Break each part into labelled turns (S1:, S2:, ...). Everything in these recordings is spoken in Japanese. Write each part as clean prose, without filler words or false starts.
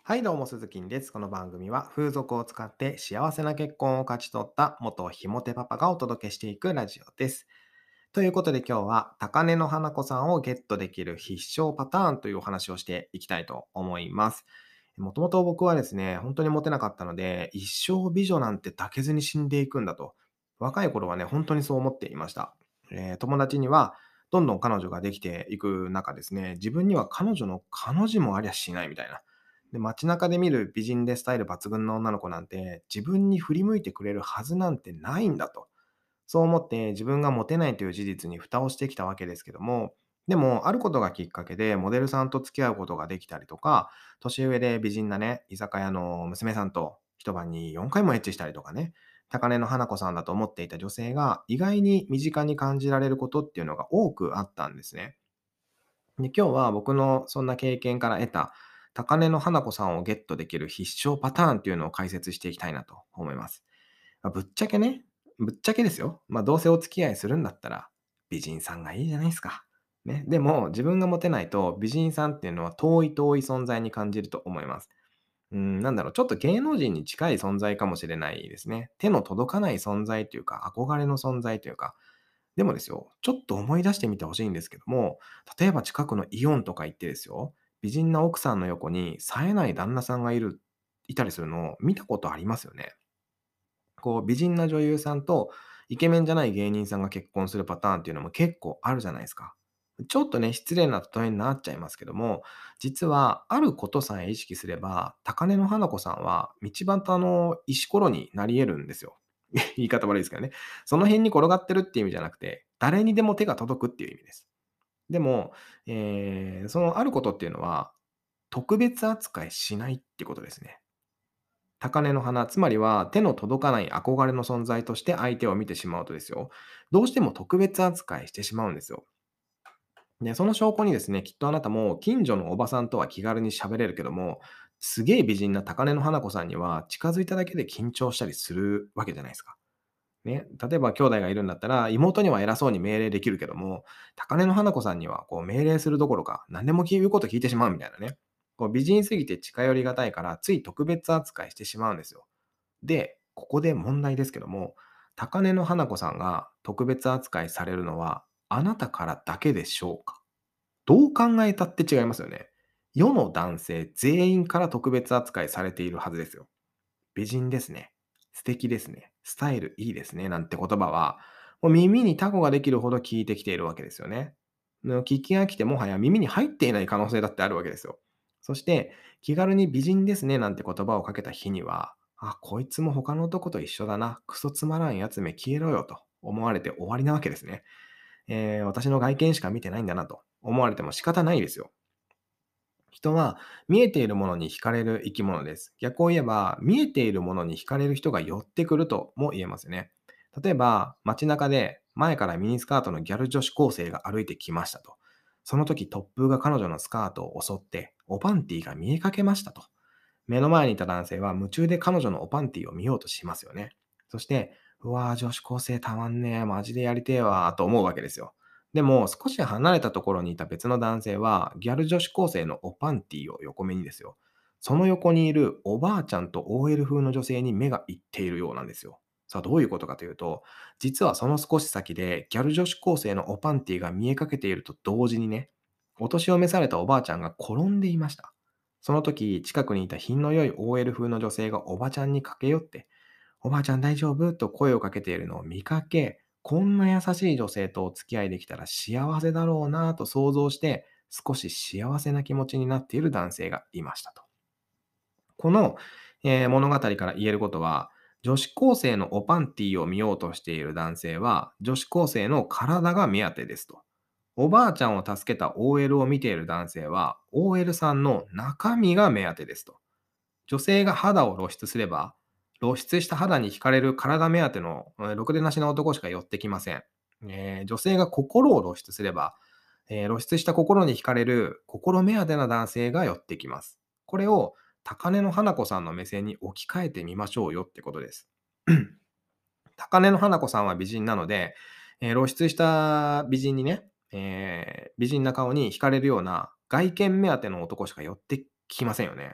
S1: はい、どうも、鈴木です。この番組は風俗を使って幸せな結婚を勝ち取った元ひもてパパがお届けしていくラジオです。ということで今日は高根の花子さんをゲットできる必勝パターンというお話をしていきたいと思います。もともと僕はですね、本当にモテなかったので、一生美女なんて抱けずに死んでいくんだと。若い頃はね、本当にそう思っていました。友達にはどんどん彼女ができていく中ですね、自分には彼女の彼女もありゃしないみたいな。で、街中で見る美人でスタイル抜群の女の子なんて、自分に振り向いてくれるはずなんてないんだと。そう思って自分がモテないという事実に蓋をしてきたわけですけども、でも、あることがきっかけでモデルさんと付き合うことができたりとか、年上で美人なね、居酒屋の娘さんと一晩に4回もエッチしたりとかね、高根の花子さんだと思っていた女性が意外に身近に感じられることっていうのが多くあったんですね。で、今日は僕のそんな経験から得た高根の花子さんをゲットできる必勝パターンっていうのを解説していきたいなと思います。ぶっちゃけね、ぶっちゃけですよ。どうせお付き合いするんだったら、美人さんがいいじゃないですか。ね。でも、自分がモテないと、美人さんっていうのは遠い遠い存在に感じると思います。ちょっと芸能人に近い存在かもしれないですね。手の届かない存在というか、憧れの存在というか。でもですよ、ちょっと思い出してみてほしいんですけども、例えば近くのイオンとか行ってですよ、美人な奥さんの横に冴えない旦那さんがいたりするのを見たことありますよね。美人な女優さんとイケメンじゃない芸人さんが結婚するパターンっていうのも結構あるじゃないですか。ちょっとね、失礼な例えになっちゃいますけども、実はあることさえ意識すれば、高根の花子さんは道端の石ころになり得るんですよ。言い方悪いですけどね。その辺に転がってるっていう意味じゃなくて、誰にでも手が届くっていう意味です。でも、そのあることっていうのは、特別扱いしないってことですね。高嶺の花、つまりは手の届かない憧れの存在として相手を見てしまうとですよ、どうしても特別扱いしてしまうんですよ。で、その証拠にですね、きっとあなたも近所のおばさんとは気軽に喋れるけども、すげえ美人な高嶺の花子さんには近づいただけで緊張したりするわけじゃないですか。ね、例えば兄弟がいるんだったら、妹には偉そうに命令できるけども、高嶺の花子さんには命令するどころか、何でも言うこと聞いてしまうみたいなね。美人すぎて近寄りがたいから、つい特別扱いしてしまうんですよ。で、ここで問題ですけども、高根の花子さんが特別扱いされるのは、あなたからだけでしょうか？どう考えたって違いますよね。世の男性全員から特別扱いされているはずですよ。美人ですね。素敵ですね。スタイルいいですね。なんて言葉は、もう耳にタコができるほど聞いてきているわけですよね。聞き飽きてもはや耳に入っていない可能性だってあるわけですよ。そして、気軽に美人ですねなんて言葉をかけた日には、あ、こいつも他の男と一緒だな。クソつまらんやつめ消えろよと思われて終わりなわけですね。私の外見しか見てないんだなと思われても仕方ないですよ。人は見えているものに惹かれる生き物です。逆を言えば、見えているものに惹かれる人が寄ってくるとも言えますね。例えば、街中で前からミニスカートのギャル女子高生が歩いてきましたと。その時突風が彼女のスカートを襲って、おパンティが見えかけましたと。目の前にいた男性は夢中で彼女のおパンティを見ようとしますよね。そして、うわぁ、女子高生たまんねえ、マジでやりてえわと思うわけですよ。でも、少し離れたところにいた別の男性は、ギャル女子高生のおパンティを横目にですよ。その横にいるおばあちゃんと OL 風の女性に目がいっているようなんですよ。さあ、どういうことかというと、実はその少し先で、ギャル女子高生のおパンティが見えかけていると同時にね、お年を召されたおばあちゃんが転んでいました。その時、近くにいた品の良い OL 風の女性がおばちゃんに駆け寄って、おばあちゃん大丈夫と声をかけているのを見かけ、こんな優しい女性とお付き合いできたら幸せだろうなと想像して、少し幸せな気持ちになっている男性がいましたと。この、物語から言えることは、女子高生のおパンティを見ようとしている男性は、女子高生の体が目当てですと。おばあちゃんを助けた OL を見ている男性は、OL さんの中身が目当てですと。女性が肌を露出すれば、露出した肌に惹かれる体目当ての、ろくでなしな男しか寄ってきません。女性が心を露出すれば、露出した心に惹かれる心目当てな男性が寄ってきます。これを高根の花子さんの目線に置き換えてみましょうよってことです。高根の花子さんは美人なので、露出した美人にね、美人な顔に惹かれるような外見目当ての男しか寄ってきませんよね。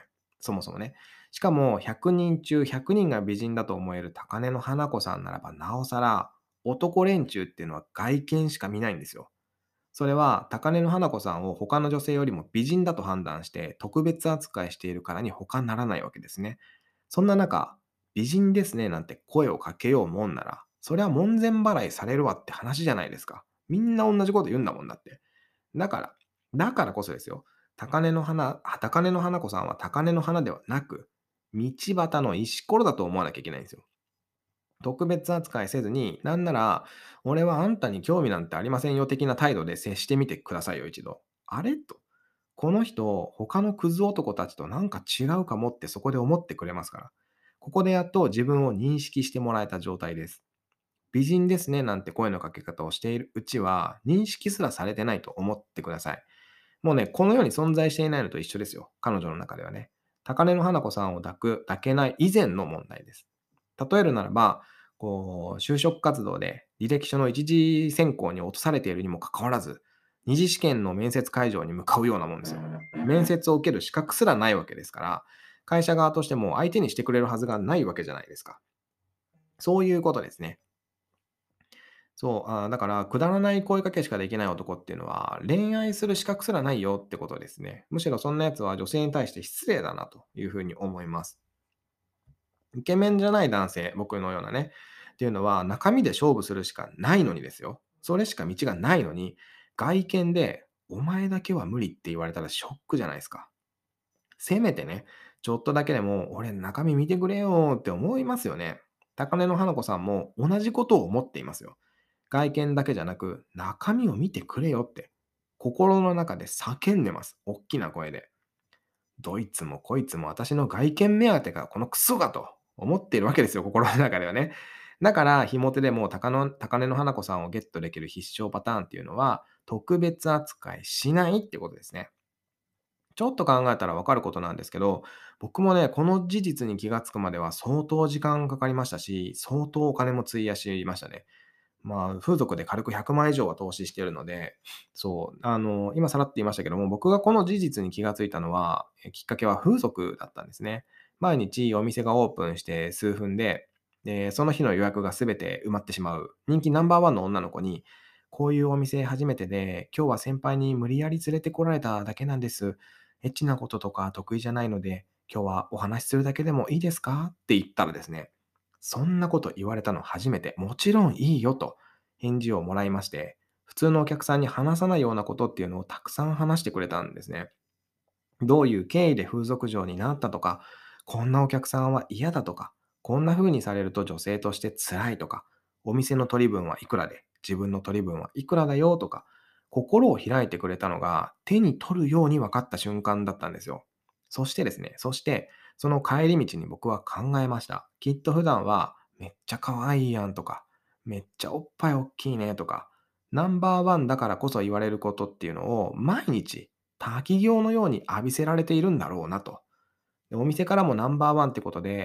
S1: そもそもね。しかも100人中100人が美人だと思える高根の花子さんならばなおさら、男連中っていうのは外見しか見ないんですよ。それは高根の花子さんを他の女性よりも美人だと判断して特別扱いしているからに他ならないわけですね。そんな中、美人ですねなんて声をかけようもんなら、それは門前払いされるわって話じゃないですか。みんな同じこと言うんだもんだって。だから、だからこそですよ。高根の花子さんは高根の花ではなく、道端の石ころだと思わなきゃいけないんですよ。特別扱いせずに、なんなら、俺はあんたに興味なんてありませんよ的な態度で接してみてくださいよ、一度。あれと。この人、他のクズ男たちとなんか違うかもってそこで思ってくれますから。ここでやっと自分を認識してもらえた状態です。美人ですねなんて声のかけ方をしているうちは、認識すらされてないと思ってください。もうね、この世に存在していないのと一緒ですよ。彼女の中ではね。高根の花子さんを抱けない以前の問題です。例えるならば、就職活動で履歴書の一次選考に落とされているにもかかわらず、二次試験の面接会場に向かうようなもんですよ。面接を受ける資格すらないわけですから、会社側としても相手にしてくれるはずがないわけじゃないですか。そういうことですね。そう、だから、くだらない声かけしかできない男っていうのは、恋愛する資格すらないよってことですね。むしろそんな奴は女性に対して失礼だなというふうに思います。イケメンじゃない男性、僕のようなね、っていうのは中身で勝負するしかないのにですよ。それしか道がないのに、外見で、お前だけは無理って言われたらショックじゃないですか。せめてね、ちょっとだけでも、俺中身見てくれよって思いますよね。高根の花子さんも同じことを思っていますよ。外見だけじゃなく、中身を見てくれよって、心の中で叫んでます。おっきな声で。どいつもこいつも私の外見目当てがこのクソがと思っているわけですよ、心の中ではね。だから、ひも手でも高根の花子さんをゲットできる必勝パターンっていうのは、特別扱いしないってことですね。ちょっと考えたらわかることなんですけど、僕もね、この事実に気がつくまでは相当時間かかりましたし、相当お金も費やしましたね。風俗で軽く100万以上は投資しているので、そう、今さらって言いましたけども、僕がこの事実に気がついたのは、きっかけは風俗だったんですね。毎日お店がオープンして数分で、その日の予約が全て埋まってしまう、人気ナンバーワンの女の子に、こういうお店初めてで、今日は先輩に無理やり連れてこられただけなんです。エッチなこととか得意じゃないので、今日はお話しするだけでもいいですかって言ったらですね、そんなこと言われたの初めて、もちろんいいよと返事をもらいまして、普通のお客さんに話さないようなことっていうのをたくさん話してくれたんですね。どういう経緯で風俗嬢になったとか、こんなお客さんは嫌だとか、こんな風にされると女性として辛いとか、お店の取り分はいくらで、自分の取り分はいくらだよとか、心を開いてくれたのが手に取るように分かった瞬間だったんですよ。そして、その帰り道に僕は考えました。きっと普段は、めっちゃ可愛いやんとか、めっちゃおっぱいおっきいねとか、ナンバーワンだからこそ言われることっていうのを毎日滝行のように浴びせられているんだろうなと。で、お店からもナンバーワンってことで、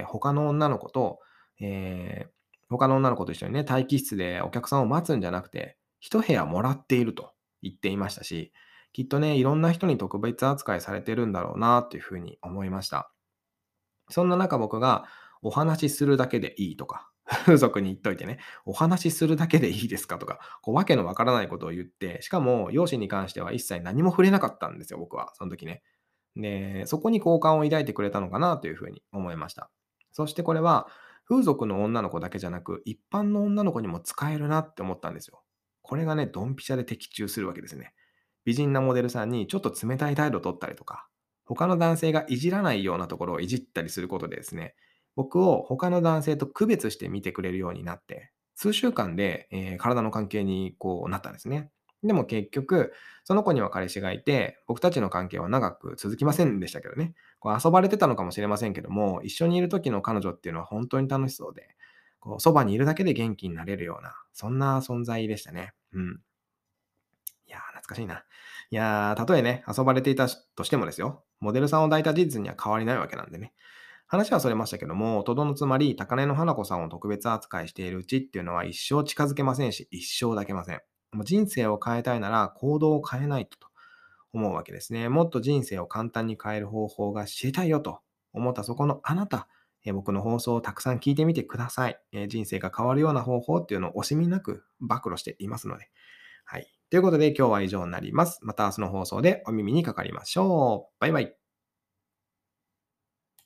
S1: 他の女の子と一緒にね、待機室でお客さんを待つんじゃなくて、一部屋もらっていると言っていましたし、きっとね、いろんな人に特別扱いされてるんだろうなっていうふうに思いました。そんな中僕がお話しするだけでいいとか、風俗に言っといてね、お話しするだけでいいですかとか、わけのわからないことを言って、しかも容姿に関しては一切何も触れなかったんですよ、僕は、その時ね。で、そこに好感を抱いてくれたのかなというふうに思いました。そしてこれは、風俗の女の子だけじゃなく、一般の女の子にも使えるなって思ったんですよ。これがね、ドンピシャで的中するわけですね。美人なモデルさんにちょっと冷たい態度を取ったりとか、他の男性がいじらないようなところをいじったりすることでですね、僕を他の男性と区別して見てくれるようになって、数週間で、体の関係になったんですね。でも結局、その子には彼氏がいて、僕たちの関係は長く続きませんでしたけどね。遊ばれてたのかもしれませんけども、一緒にいる時の彼女っていうのは本当に楽しそうで、そばにいるだけで元気になれるような、そんな存在でしたね。うん。いやー、懐かしいな。いやー、たとえね、遊ばれていたとしてもですよ、モデルさんを抱いた事実には変わりないわけなんでね。話はそれましたけども、とどのつまり、高根の花子さんを特別扱いしているうちっていうのは一生近づけませんし、一生抱けません。もう人生を変えたいなら行動を変えないと思うわけですね。もっと人生を簡単に変える方法が知りたいよと。 思ったそこのあなた、僕の放送をたくさん聞いてみてください。人生が変わるような方法っていうのを惜しみなく暴露していますので。はい。ということで今日は以上になります。また明日の放送でお耳にかかりましょう。バイバイ。